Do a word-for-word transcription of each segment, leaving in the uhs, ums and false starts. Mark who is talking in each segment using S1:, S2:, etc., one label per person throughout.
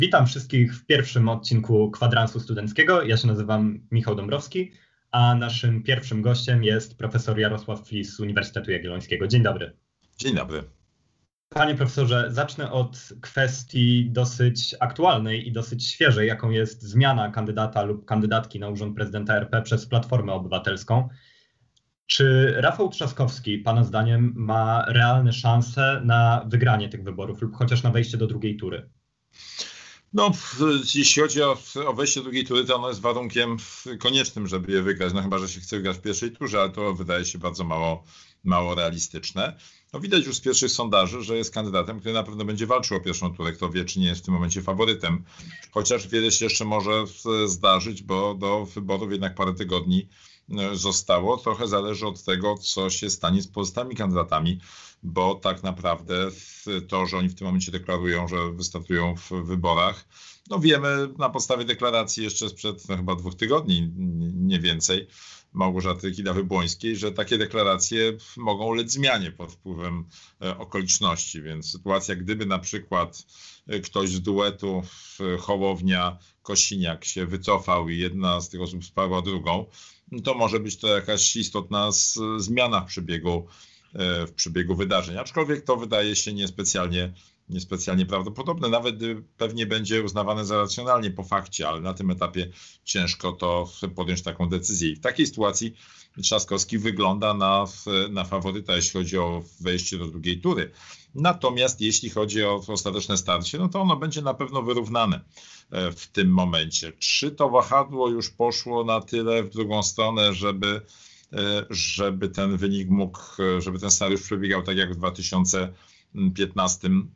S1: Witam wszystkich w pierwszym odcinku Kwadransu Studenckiego. Ja się nazywam Michał Dąbrowski, a naszym pierwszym gościem jest profesor Jarosław Flis z Uniwersytetu Jagiellońskiego. Dzień dobry.
S2: Dzień dobry.
S1: Panie profesorze, zacznę od kwestii dosyć aktualnej i dosyć świeżej, jaką jest zmiana kandydata lub kandydatki na urząd prezydenta R P przez Platformę Obywatelską. Czy Rafał Trzaskowski, pana zdaniem, ma realne szanse na wygranie tych wyborów lub chociaż na wejście do drugiej tury?
S2: No, jeśli chodzi o, o wejście do drugiej tury, to ono jest warunkiem koniecznym, żeby je wygrać. No chyba, że się chce wygrać w pierwszej turze, ale to wydaje się bardzo mało, mało realistyczne. No widać już z pierwszych sondaży, że jest kandydatem, który na pewno będzie walczył o pierwszą turę. Kto wie, czy nie jest w tym momencie faworytem. Chociaż wiele się jeszcze może zdarzyć, bo do wyborów jednak parę tygodni zostało. Trochę zależy od tego, co się stanie z pozostałymi kandydatami, bo tak naprawdę to, że oni w tym momencie deklarują, że wystartują w wyborach, no wiemy na podstawie deklaracji jeszcze sprzed no, chyba dwóch tygodni, nie więcej, Małgorzaty Kidawy-Błońskiej, że takie deklaracje mogą ulec zmianie pod wpływem okoliczności, więc sytuacja, gdyby na przykład ktoś z duetu Hołownia-Kosiniak się wycofał i jedna z tych osób wsparła drugą, to może być to jakaś istotna z, zmiana w przebiegu, w przebiegu wydarzeń. Aczkolwiek to wydaje się niespecjalnie, niespecjalnie prawdopodobne, nawet gdy pewnie będzie uznawane za racjonalnie po fakcie, ale na tym etapie ciężko to podjąć taką decyzję. I w takiej sytuacji Trzaskowski wygląda na, na faworyta, jeśli chodzi o wejście do drugiej tury. Natomiast jeśli chodzi o ostateczne starcie, no to ono będzie na pewno wyrównane w tym momencie. Czy to wahadło już poszło na tyle w drugą stronę, żeby, żeby ten wynik mógł, żeby ten scenariusz przebiegał tak jak w dwa tysiące piętnastym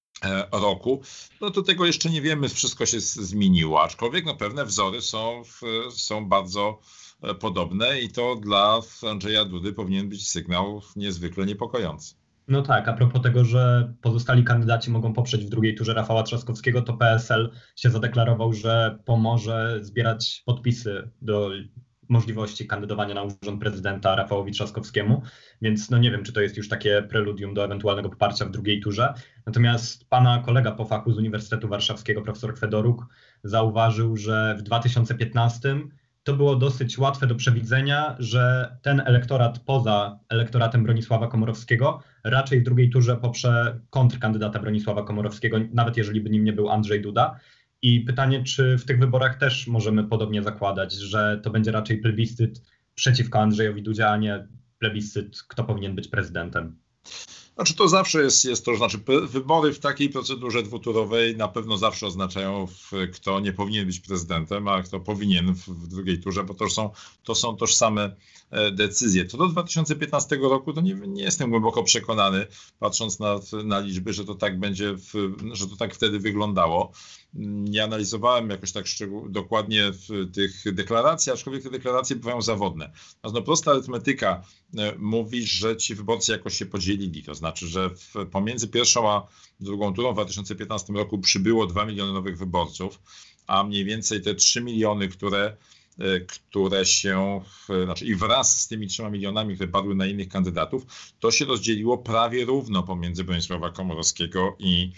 S2: roku, no to tego jeszcze nie wiemy, wszystko się zmieniło, aczkolwiek no pewne wzory są, są bardzo podobne i to dla Andrzeja Dudy powinien być sygnał niezwykle niepokojący.
S1: No tak, a propos tego, że pozostali kandydaci mogą poprzeć w drugiej turze Rafała Trzaskowskiego, to P S L się zadeklarował, że pomoże zbierać podpisy do możliwości kandydowania na urząd prezydenta Rafałowi Trzaskowskiemu, więc no nie wiem, czy to jest już takie preludium do ewentualnego poparcia w drugiej turze. Natomiast pana kolega po fachu z Uniwersytetu Warszawskiego, profesor Fedoruk, zauważył, że w dwa tysiące piętnastym to było dosyć łatwe do przewidzenia, że ten elektorat poza elektoratem Bronisława Komorowskiego raczej w drugiej turze poprze kontrkandydata Bronisława Komorowskiego, nawet jeżeli by nim nie był Andrzej Duda. I pytanie, czy w tych wyborach też możemy podobnie zakładać, że to będzie raczej plebiscyt przeciwko Andrzejowi Dudzie, a nie plebiscyt, kto powinien być prezydentem?
S2: Znaczy to zawsze jest, jest to, znaczy wybory w takiej procedurze dwuturowej na pewno zawsze oznaczają, kto nie powinien być prezydentem, a kto powinien w, w drugiej turze, bo to są, to są tożsame decyzje. Co do dwa tysiące piętnastego roku, to nie, nie jestem głęboko przekonany, patrząc na, na liczby, że to tak będzie, w, że to tak wtedy wyglądało. Nie analizowałem jakoś tak szczegół, dokładnie tych deklaracji, aczkolwiek te deklaracje bywają zawodne. Natomiast no, prosta arytmetyka mówi, że ci wyborcy jakoś się podzielili. To znaczy, że w, pomiędzy pierwszą a drugą turą w dwa tysiące piętnastym roku przybyło dwa miliony nowych wyborców, a mniej więcej te trzy miliony, które które się, znaczy i wraz z tymi trzema milionami, które padły na innych kandydatów, to się rozdzieliło prawie równo pomiędzy Bronisława Komorowskiego i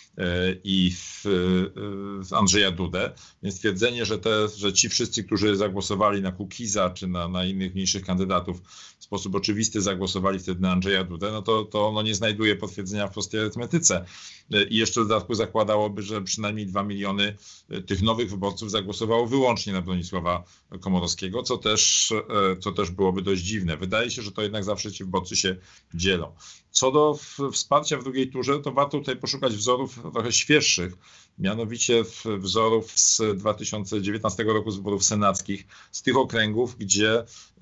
S2: i w, w Andrzeja Dudę, więc twierdzenie, że, te, że ci wszyscy, którzy zagłosowali na Kukiza czy na, na innych mniejszych kandydatów w sposób oczywisty zagłosowali wtedy na Andrzeja Dudę, no to, to ono nie znajduje potwierdzenia w prostej arytmetyce. I jeszcze w dodatku zakładałoby, że przynajmniej dwa miliony tych nowych wyborców zagłosowało wyłącznie na Bronisława Komorowskiego, co też, co też byłoby dość dziwne. Wydaje się, że to jednak zawsze ci wyborcy się dzielą. Co do wsparcia w drugiej turze, to warto tutaj poszukać wzorów trochę świeższych, mianowicie wzorów z dwa tysiące dziewiętnastego roku, z wyborów senackich, z tych okręgów, gdzie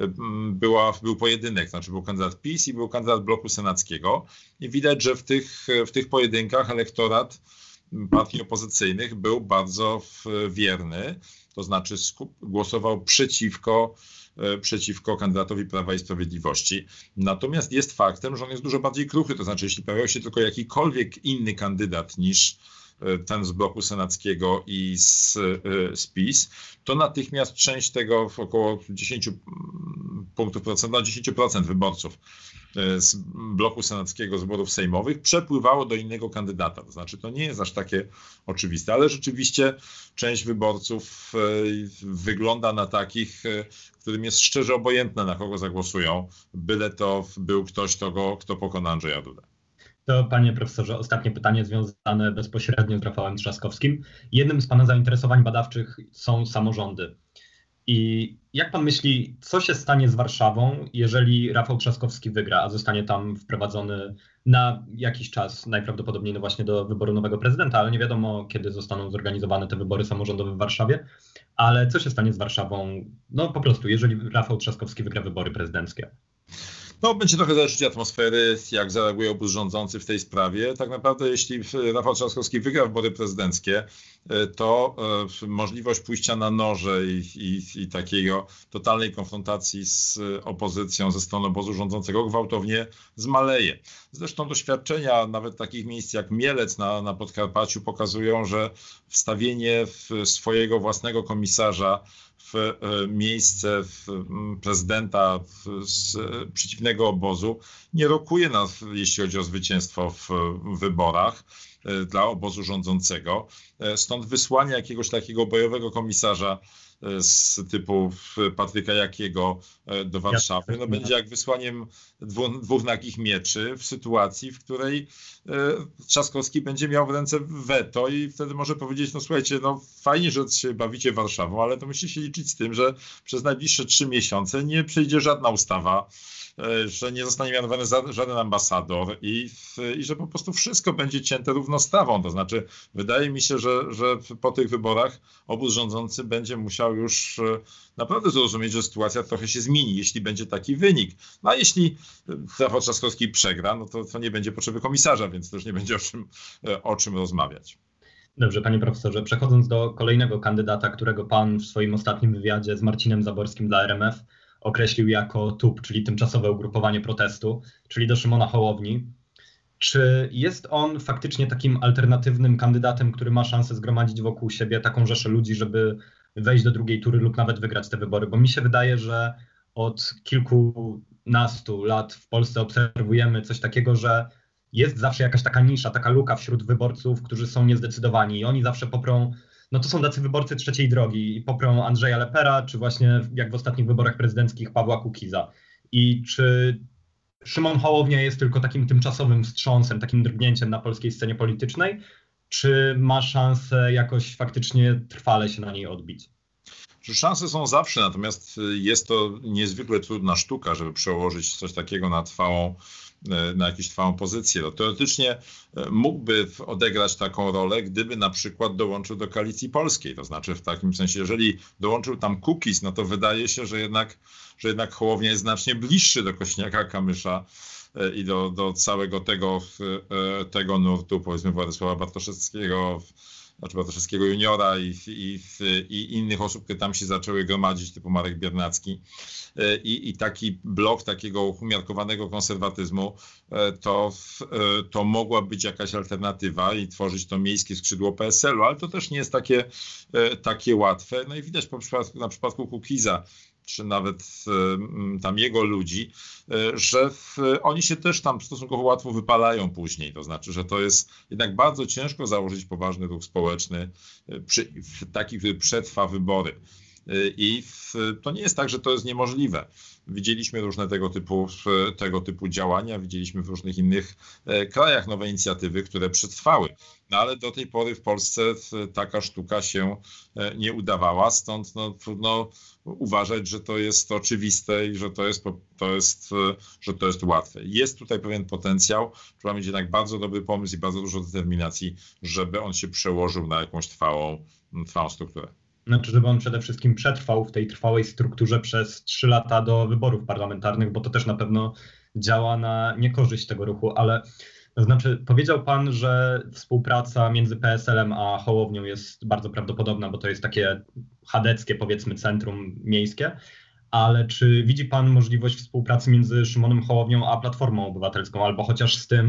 S2: była, był pojedynek, znaczy był kandydat PiS i był kandydat bloku senackiego i widać, że w tych, w tych pojedynkach elektorat partii opozycyjnych był bardzo wierny, to znaczy głosował przeciwko przeciwko kandydatowi Prawa i Sprawiedliwości. Natomiast jest faktem, że on jest dużo bardziej kruchy, to znaczy jeśli pojawiał się tylko jakikolwiek inny kandydat niż, ten z bloku senackiego i z, z PiS, to natychmiast część tego, około dziesięć punktów procent, no dziesięć procent wyborców z bloku senackiego, z wyborów sejmowych przepływało do innego kandydata. To znaczy to nie jest aż takie oczywiste, ale rzeczywiście część wyborców wygląda na takich, którym jest szczerze obojętne, na kogo zagłosują, byle to był ktoś, kto, go, kto pokona Andrzeja Dudę.
S1: To, panie profesorze, ostatnie pytanie związane bezpośrednio z Rafałem Trzaskowskim. Jednym z pana zainteresowań badawczych są samorządy. I jak pan myśli, co się stanie z Warszawą, jeżeli Rafał Trzaskowski wygra, a zostanie tam wprowadzony na jakiś czas, najprawdopodobniej no właśnie do wyboru nowego prezydenta, ale nie wiadomo, kiedy zostaną zorganizowane te wybory samorządowe w Warszawie. Ale co się stanie z Warszawą, no po prostu, jeżeli Rafał Trzaskowski wygra wybory prezydenckie?
S2: No, będzie trochę zależeć atmosfery, jak zareaguje obóz rządzący w tej sprawie. Tak naprawdę, jeśli Rafał Trzaskowski wygra wybory prezydenckie, to e, możliwość pójścia na noże i, i, i takiego totalnej konfrontacji z opozycją ze strony obozu rządzącego gwałtownie zmaleje. Zresztą doświadczenia nawet takich miejsc jak Mielec na, na Podkarpaciu pokazują, że wstawienie w swojego własnego komisarza w miejsce w prezydenta z przeciwnego obozu nie rokuje nas, jeśli chodzi o zwycięstwo w wyborach dla obozu rządzącego. Stąd wysłanie jakiegoś takiego bojowego komisarza z typu Patryka Jakiego do Warszawy, no będzie jak wysłaniem dwu, dwóch nagich mieczy w sytuacji, w której Trzaskowski będzie miał w ręce weto i wtedy może powiedzieć, no słuchajcie, no fajnie, że się bawicie Warszawą, ale to musicie się liczyć z tym, że przez najbliższe trzy miesiące nie przyjdzie żadna ustawa, że nie zostanie mianowany żaden ambasador i, i że po prostu wszystko będzie cięte równostawą. To znaczy wydaje mi się, że, że po tych wyborach obóz rządzący będzie musiał już naprawdę zrozumieć, że sytuacja trochę się zmieni, jeśli będzie taki wynik. No a jeśli Rafał Trzaskowski przegra, no to, to nie będzie potrzeby komisarza, więc też nie będzie o czym, o czym rozmawiać.
S1: Dobrze, panie profesorze, przechodząc do kolejnego kandydata, którego pan w swoim ostatnim wywiadzie z Marcinem Zaborskim dla R M F określił jako T U P, czyli Tymczasowe Ugrupowanie Protestu, czyli do Szymona Hołowni. Czy jest on faktycznie takim alternatywnym kandydatem, który ma szansę zgromadzić wokół siebie taką rzeszę ludzi, żeby wejść do drugiej tury lub nawet wygrać te wybory? Bo mi się wydaje, że od kilkunastu lat w Polsce obserwujemy coś takiego, że jest zawsze jakaś taka nisza, taka luka wśród wyborców, którzy są niezdecydowani i oni zawsze poprą, no to są tacy wyborcy trzeciej drogi i poprą Andrzeja Lepera, czy właśnie jak w ostatnich wyborach prezydenckich Pawła Kukiza. I czy Szymon Hołownia jest tylko takim tymczasowym wstrząsem, takim drgnięciem na polskiej scenie politycznej, czy ma szansę jakoś faktycznie trwale się na niej odbić?
S2: Szanse są zawsze, natomiast jest to niezwykle trudna sztuka, żeby przełożyć coś takiego na trwałą, na jakąś trwałą pozycję. No, teoretycznie mógłby odegrać taką rolę, gdyby na przykład dołączył do Koalicji Polskiej. To znaczy w takim sensie, jeżeli dołączył tam Kukiz, no to wydaje się, że jednak, że jednak Hołownia jest znacznie bliższy do Kośniaka-Kamysza i do, do całego tego, tego nurtu, powiedzmy Władysława Bartoszewskiego, znaczy Bartoszewskiego juniora i, i, i innych osób, które tam się zaczęły gromadzić, typu Marek Biernacki. I, i taki blok takiego umiarkowanego konserwatyzmu, to, to mogła być jakaś alternatywa i tworzyć to miejskie skrzydło P S L u, ale to też nie jest takie, takie łatwe. No i widać po przypadku, na przypadku Kukiza, czy nawet tam jego ludzi, że oni się też tam stosunkowo łatwo wypalają później. To znaczy, że to jest jednak bardzo ciężko założyć poważny ruch społeczny, przy, taki, który przetrwa wybory. I to nie jest tak, że to jest niemożliwe. Widzieliśmy różne tego typu, tego typu działania, widzieliśmy w różnych innych krajach nowe inicjatywy, które przetrwały. No ale do tej pory w Polsce taka sztuka się nie udawała, stąd no, trudno uważać, że to jest oczywiste i że to jest, to jest, że to jest łatwe. Jest tutaj pewien potencjał, trzeba mieć jednak bardzo dobry pomysł i bardzo dużo determinacji, żeby on się przełożył na jakąś trwałą, trwałą strukturę.
S1: Znaczy, żeby on przede wszystkim przetrwał w tej trwałej strukturze przez trzy lata do wyborów parlamentarnych, bo to też na pewno działa na niekorzyść tego ruchu, ale to znaczy powiedział pan, że współpraca między P S L em a Hołownią jest bardzo prawdopodobna, bo to jest takie chadeckie, powiedzmy, centrum miejskie, ale czy widzi pan możliwość współpracy między Szymonem Hołownią a Platformą Obywatelską, albo chociaż z tym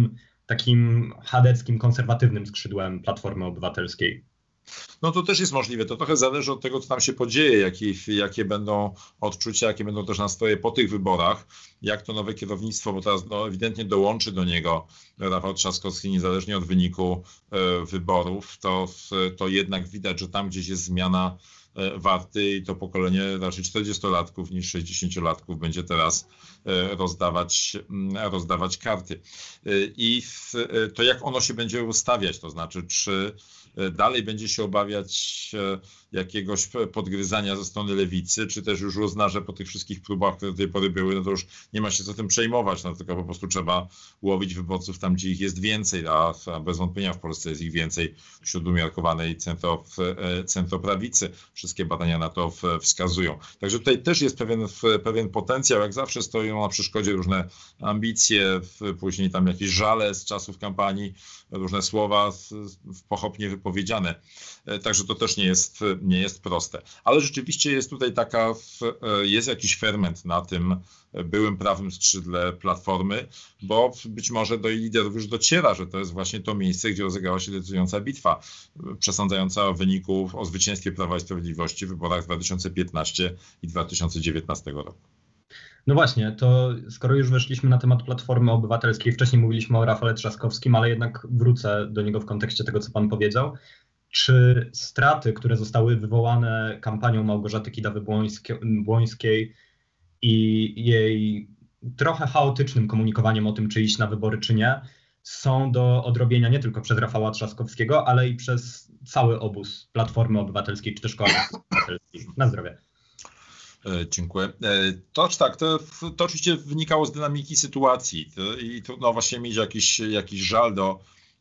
S1: takim chadeckim, konserwatywnym skrzydłem Platformy Obywatelskiej.
S2: No to też jest możliwe. To trochę zależy od tego, co tam się podzieje, jakie, jakie będą odczucia, jakie będą też nastroje po tych wyborach, jak to nowe kierownictwo, bo teraz no, ewidentnie dołączy do niego Rafał Trzaskowski niezależnie od wyniku e, wyborów, to, to jednak widać, że tam gdzieś jest zmiana e, warty i to pokolenie raczej czterdziestolatków niż sześćdziesięciolatków będzie teraz e, rozdawać, m, rozdawać karty. E, I w, e, to jak ono się będzie ustawiać, to znaczy czy dalej będzie się obawiać jakiegoś podgryzania ze strony lewicy, czy też już uzna, że po tych wszystkich próbach, które do tej pory były, no to już nie ma się co tym przejmować, no tylko po prostu trzeba łowić wyborców tam, gdzie ich jest więcej, a bez wątpienia w Polsce jest ich więcej wśród umiarkowanej centro, centroprawicy. Wszystkie badania na to wskazują. Także tutaj też jest pewien, pewien potencjał, jak zawsze stoją na przeszkodzie różne ambicje, później tam jakieś żale z czasów kampanii, różne słowa pochopnie wypowiedziane. Także to też nie jest, nie jest proste. Ale rzeczywiście jest tutaj taka, jest jakiś ferment na tym byłym prawym skrzydle Platformy, bo być może do jej liderów już dociera, że to jest właśnie to miejsce, gdzie rozegrała się decydująca bitwa, przesądzająca o wyniku, o zwycięstwie Prawa i Sprawiedliwości w wyborach dwa tysiące piętnastego i dwa tysiące dziewiętnastego roku.
S1: No właśnie, to skoro już weszliśmy na temat Platformy Obywatelskiej, wcześniej mówiliśmy o Rafale Trzaskowskim, ale jednak wrócę do niego w kontekście tego, co pan powiedział. Czy straty, które zostały wywołane kampanią Małgorzaty Kidawy-Błońskiej i jej trochę chaotycznym komunikowaniem o tym, czy iść na wybory, czy nie, są do odrobienia nie tylko przez Rafała Trzaskowskiego, ale i przez cały obóz Platformy Obywatelskiej, czy też Koalicji Obywatelskiej? Na zdrowie.
S2: Dziękuję. To tak, to, to oczywiście wynikało z dynamiki sytuacji i trudno właśnie mieć jakiś, jakiś żal do,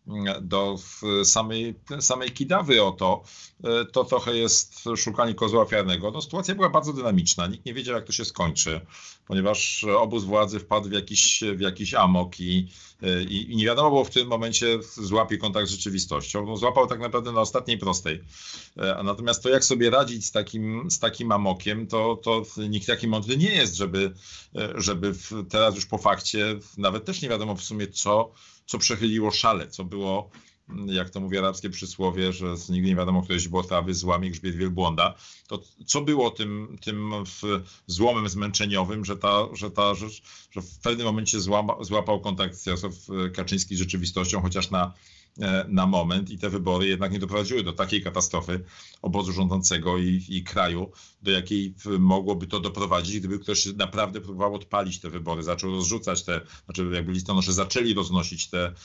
S2: do samej, samej Kidawy o to. To trochę jest szukanie kozła ofiarnego. No, sytuacja była bardzo dynamiczna, nikt nie wiedział, jak to się skończy, ponieważ obóz władzy wpadł w jakiś, w jakiś amok i, i, i nie wiadomo było w tym momencie, złapie kontakt z rzeczywistością. No, złapał tak naprawdę na ostatniej prostej. A natomiast to, jak sobie radzić z takim, z takim amokiem, to, to nikt taki mądry nie jest, żeby, żeby teraz już po fakcie, nawet też nie wiadomo w sumie, co, co przechyliło szale, co było, jak to mówi arabskie przysłowie, że nigdy nie wiadomo, które źdźbło trawy złamie grzbiet wielbłąda, to co było tym, tym złomem zmęczeniowym, że, ta, że, ta, że, że w pewnym momencie złama, złapał kontakt Jarosław Kaczyński z rzeczywistością, chociaż na na moment i te wybory jednak nie doprowadziły do takiej katastrofy obozu rządzącego i, i kraju, do jakiej mogłoby to doprowadzić, gdyby ktoś naprawdę próbował odpalić te wybory, zaczął rozrzucać te, znaczy jakby listonosze zaczęli roznosić te,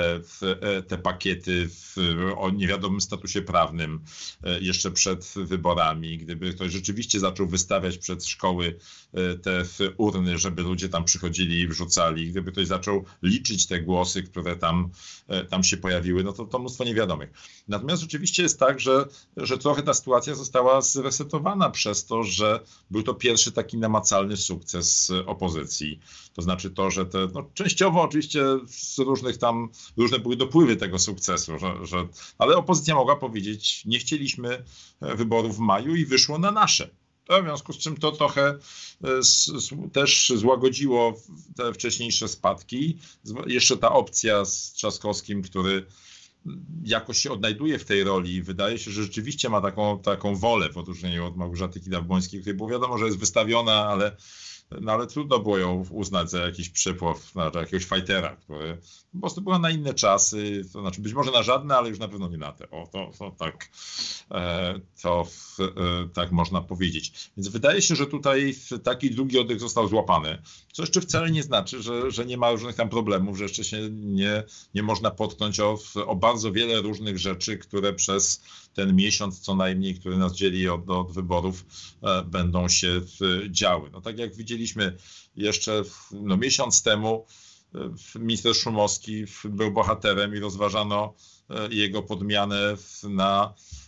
S2: te pakiety w, o niewiadomym statusie prawnym jeszcze przed wyborami, gdyby ktoś rzeczywiście zaczął wystawiać przed szkoły te urny, żeby ludzie tam przychodzili i wrzucali, gdyby ktoś zaczął liczyć te głosy, które tam, tam się pojawiły, no to, to mnóstwo niewiadomych. Natomiast rzeczywiście jest tak, że, że trochę ta sytuacja została zresetowana przez to, że był to pierwszy taki namacalny sukces opozycji. To znaczy to, że te, no częściowo oczywiście z różnych tam, różne były dopływy tego sukcesu, że, że, ale opozycja mogła powiedzieć, nie chcieliśmy wyborów w maju i wyszło na nasze. W związku z czym to trochę z, z, też złagodziło te wcześniejsze spadki. Jeszcze ta opcja z Trzaskowskim, który jakoś się odnajduje w tej roli i wydaje się, że rzeczywiście ma taką, taką wolę w odróżnieniu od Małgorzaty Kidawy-Błońskiej, której było wiadomo, że jest wystawiona, ale, no ale trudno było ją uznać za jakiś przypływ, na jakiegoś fightera, który po prostu była na inne czasy, to znaczy być może na żadne, ale już na pewno nie na te. O, to, to tak, e, to e, tak można powiedzieć. Więc wydaje się, że tutaj taki drugi oddech został złapany, co jeszcze wcale nie znaczy, że, że nie ma różnych tam problemów, że jeszcze się nie, nie można potknąć o, o bardzo wiele różnych rzeczy, które przez ten miesiąc co najmniej, który nas dzieli od, od wyborów, e, będą się e, działy. No tak jak widzieliśmy jeszcze no, miesiąc temu, minister Szumowski był bohaterem i rozważano jego podmianę na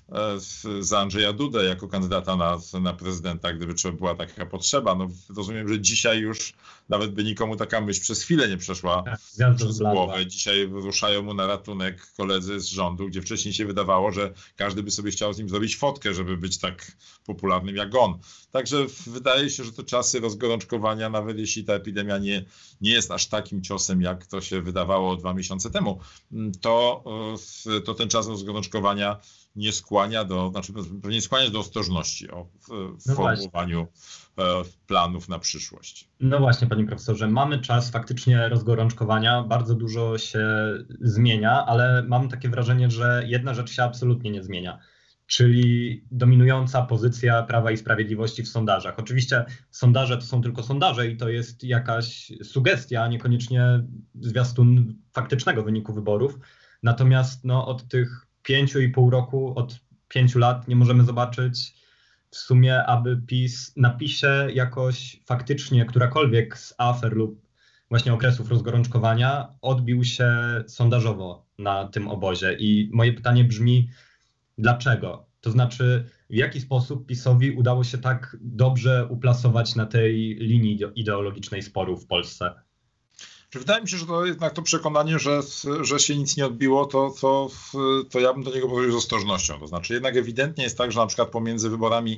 S2: za Andrzeja Dudę jako kandydata na, na prezydenta, gdyby trzeba była taka potrzeba. No, rozumiem, że dzisiaj już nawet by nikomu taka myśl przez chwilę nie przeszła
S1: tak,
S2: przez głowę. Dzisiaj ruszają mu na ratunek koledzy z rządu, gdzie wcześniej się wydawało, że każdy by sobie chciał z nim zrobić fotkę, żeby być tak popularnym jak on. Także wydaje się, że te czasy rozgorączkowania, nawet jeśli ta epidemia nie, nie jest aż takim ciosem, jak to się wydawało dwa miesiące temu, to, to ten czas rozgorączkowania nie skłania do, znaczy pewnie skłania do ostrożności o w, w formułowaniu no planów na przyszłość.
S1: No właśnie, panie profesorze, mamy czas faktycznie rozgorączkowania, bardzo dużo się zmienia, ale mam takie wrażenie, że jedna rzecz się absolutnie nie zmienia, czyli dominująca pozycja Prawa i Sprawiedliwości w sondażach. Oczywiście sondaże to są tylko sondaże i to jest jakaś sugestia, a niekoniecznie zwiastun faktycznego wyniku wyborów. Natomiast no, od tych pięciu i pół roku, od pięciu lat nie możemy zobaczyć w sumie, aby PiS na PiSie jakoś faktycznie którakolwiek z afer lub właśnie okresów rozgorączkowania odbił się sondażowo na tym obozie. I moje pytanie brzmi, dlaczego? To znaczy, w jaki sposób PiS-owi udało się tak dobrze uplasować na tej linii ideologicznej sporu w Polsce?
S2: Wydaje mi się, że to jednak to przekonanie, że, że się nic nie odbiło, to, to, to ja bym do niego podchodził z ostrożnością. To znaczy jednak ewidentnie jest tak, że na przykład pomiędzy wyborami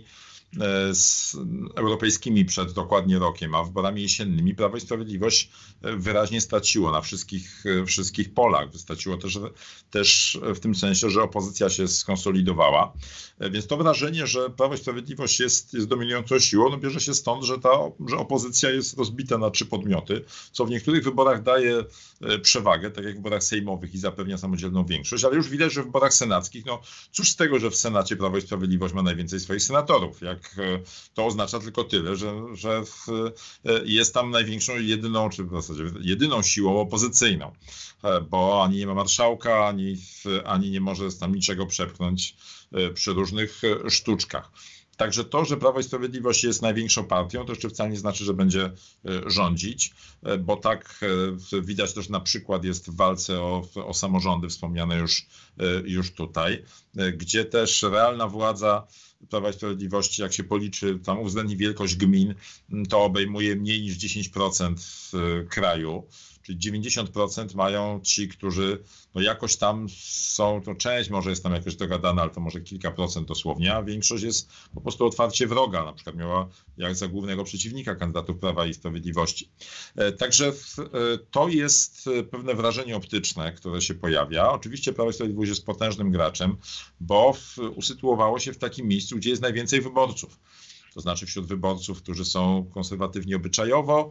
S2: z europejskimi przed dokładnie rokiem, a wyborami jesiennymi Prawo i Sprawiedliwość wyraźnie straciło na wszystkich, wszystkich polach. Straciło też, też w tym sensie, że opozycja się skonsolidowała. Więc to wrażenie, że Prawo i Sprawiedliwość jest, jest dominującą siłą, no bierze się stąd, że, ta, że opozycja jest rozbita na trzy podmioty, co w niektórych wyborach daje przewagę, tak jak w wyborach sejmowych i zapewnia samodzielną większość, ale już widać, że w wyborach senackich, no cóż z tego, że w Senacie Prawo i Sprawiedliwość ma najwięcej swoich senatorów. Jak to oznacza tylko tyle, że, że jest tam największą, jedyną, czy w zasadzie jedyną siłą opozycyjną, bo ani nie ma marszałka, ani, ani nie może tam niczego przepchnąć przy różnych sztuczkach. Także to, że Prawo i Sprawiedliwość jest największą partią, to jeszcze wcale nie znaczy, że będzie rządzić, bo tak widać też na przykład jest w walce o, o samorządy wspomniane już, już tutaj, gdzie też realna władza Prawa i Sprawiedliwości, jak się policzy, tam uwzględni wielkość gmin, to obejmuje mniej niż dziesięć procent kraju. Czyli dziewięćdziesiąt procent mają ci, którzy no jakoś tam są, to część może jest tam jakoś dogadana, ale to może kilka procent dosłownie, a większość jest po prostu otwarcie wroga, na przykład miała jak za głównego przeciwnika kandydatów Prawa i Sprawiedliwości. Także to jest pewne wrażenie optyczne, które się pojawia. Oczywiście Prawo i Sprawiedliwość jest potężnym graczem, bo usytuowało się w takim miejscu, gdzie jest najwięcej wyborców. To znaczy wśród wyborców, którzy są konserwatywni obyczajowo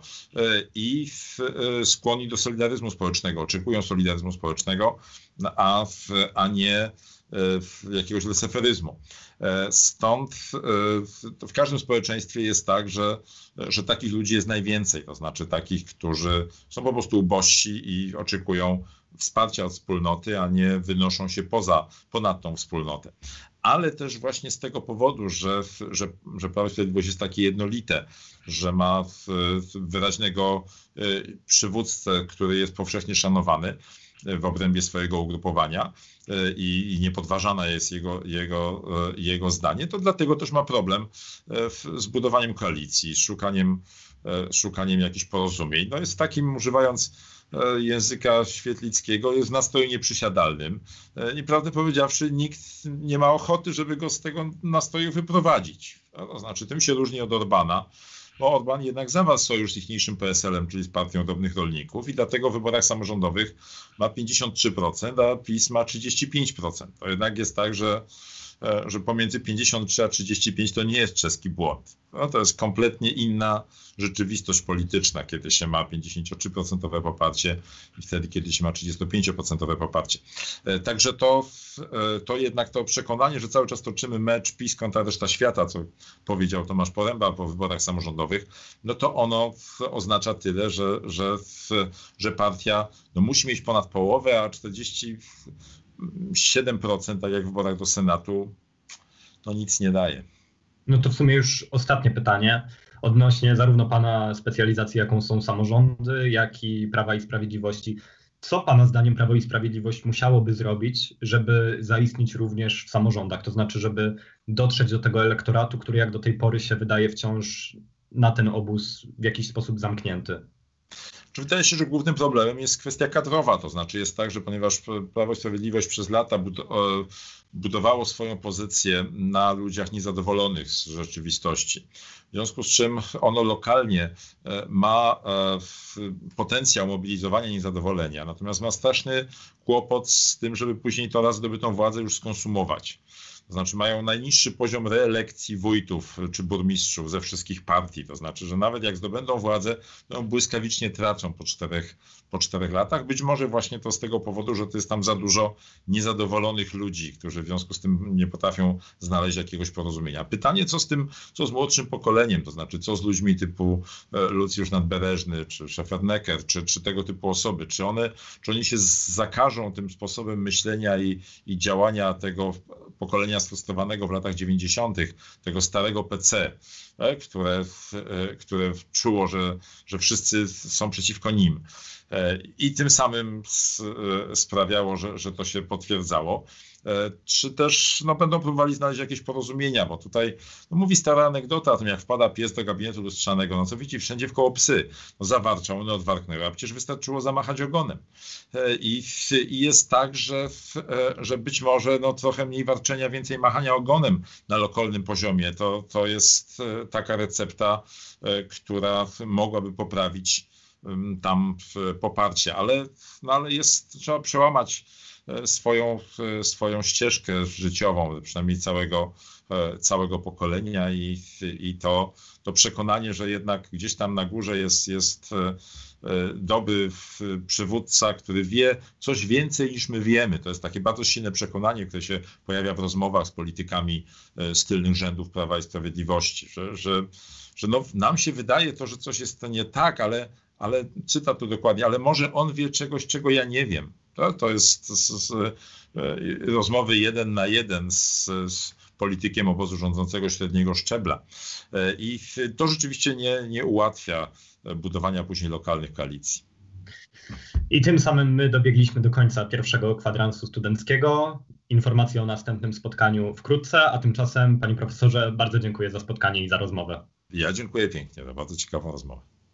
S2: i skłonni do solidaryzmu społecznego, oczekują solidaryzmu społecznego, a, w, a nie jakiegoś leseferyzmu. Stąd w każdym społeczeństwie jest tak, że, że takich ludzi jest najwięcej, to znaczy takich, którzy są po prostu ubożsi i oczekują wsparcia od wspólnoty, a nie wynoszą się poza, ponad tą wspólnotę. Ale też właśnie z tego powodu, że, że, że Prawo i Sprawiedliwość jest takie jednolite, że ma wyraźnego przywódcę, który jest powszechnie szanowany w obrębie swojego ugrupowania i, i niepodważane jest jego, jego, jego zdanie, to dlatego też ma problem z budowaniem koalicji, z szukaniem, szukaniem jakichś porozumień. No jest takim, używając języka świetlickiego, jest w nastroju nieprzysiadalnym. I prawdę powiedziawszy, nikt nie ma ochoty, żeby go z tego nastroju wyprowadzić. To znaczy, tym się różni od Orbana, bo Orban jednak zawarł sojusz z ichniejszym P S L-em, czyli z Partią Drobnych Rolników i dlatego w wyborach samorządowych ma pięćdziesiąt trzy procent, a PiS ma trzydzieści pięć procent. To jednak jest tak, że że pomiędzy pięćdziesiąt trzy a trzydzieści pięć to nie jest czeski błąd. No, to jest kompletnie inna rzeczywistość polityczna, kiedy się ma pięćdziesiąt trzy procent poparcie i wtedy, kiedy się ma trzydzieści pięć procent poparcie. Także to, to jednak to przekonanie, że cały czas toczymy mecz PiS kontra reszta świata, co powiedział Tomasz Poręba po wyborach samorządowych, no to ono oznacza tyle, że, że, że partia no, musi mieć ponad połowę, a czterdzieści siedem procent, tak jak w wyborach do Senatu, to nic nie daje.
S1: No to w sumie już ostatnie pytanie odnośnie zarówno pana specjalizacji, jaką są samorządy, jak i Prawa i Sprawiedliwości. Co Pana zdaniem Prawo i Sprawiedliwość musiałoby zrobić, żeby zaistnieć również w samorządach? To znaczy, żeby dotrzeć do tego elektoratu, który jak do tej pory się wydaje wciąż na ten obóz w jakiś sposób zamknięty.
S2: Wydaje się, że głównym problemem jest kwestia kadrowa, to znaczy jest tak, że ponieważ Prawo i Sprawiedliwość przez lata budowało swoją pozycję na ludziach niezadowolonych z rzeczywistości, w związku z czym ono lokalnie ma potencjał mobilizowania niezadowolenia, natomiast ma straszny kłopot z tym, żeby później to raz zdobytą władzę już skonsumować. To znaczy mają najniższy poziom reelekcji wójtów czy burmistrzów ze wszystkich partii. To znaczy, że nawet jak zdobędą władzę, to błyskawicznie tracą po czterech, po czterech latach. Być może właśnie to z tego powodu, że to jest tam za dużo niezadowolonych ludzi, którzy w związku z tym nie potrafią znaleźć jakiegoś porozumienia. Pytanie, co z tym, co z młodszym pokoleniem, to znaczy co z ludźmi typu Lucjusz Nadbereżny, czy Szeferneker, czy, czy tego typu osoby, czy one, czy oni się zakażą tym sposobem myślenia i, i działania tego pokolenia sfrustrowanego w latach dziewięćdziesiątych, tego starego P C, które, które czuło, że, że wszyscy są przeciwko nim. I tym samym sprawiało, że, że to się potwierdzało. Czy też no, będą próbowali znaleźć jakieś porozumienia, bo tutaj no, mówi stara anegdota o tym, jak wpada pies do gabinetu lustrzanego, no co widzi, wszędzie wkoło psy. No, zawarczał, one odwarknęły, a przecież wystarczyło zamachać ogonem. I, i jest tak, że, że być może no, trochę mniej warczenia, więcej machania ogonem na lokalnym poziomie. To, to jest taka recepta, która mogłaby poprawić tam poparcie, ale, no, ale jest, trzeba przełamać swoją, swoją ścieżkę życiową, przynajmniej całego, całego pokolenia i, i to, to przekonanie, że jednak gdzieś tam na górze jest, jest dobry przywódca, który wie coś więcej niż my wiemy. To jest takie bardzo silne przekonanie, które się pojawia w rozmowach z politykami z tylnych rzędów Prawa i Sprawiedliwości, że, że, że no, nam się wydaje to, że coś jest nie tak, ale, ale cytat tu dokładnie, ale może on wie czegoś, czego ja nie wiem. To, to jest z, z, z, rozmowy jeden na jeden z, z politykiem obozu rządzącego średniego szczebla. I to rzeczywiście nie, nie ułatwia budowania później lokalnych koalicji.
S1: I tym samym my dobiegliśmy do końca pierwszego kwadransu studenckiego. Informacje o następnym spotkaniu wkrótce, a tymczasem, panie profesorze, bardzo dziękuję za spotkanie i za rozmowę.
S2: Ja dziękuję pięknie za bardzo ciekawą rozmowę.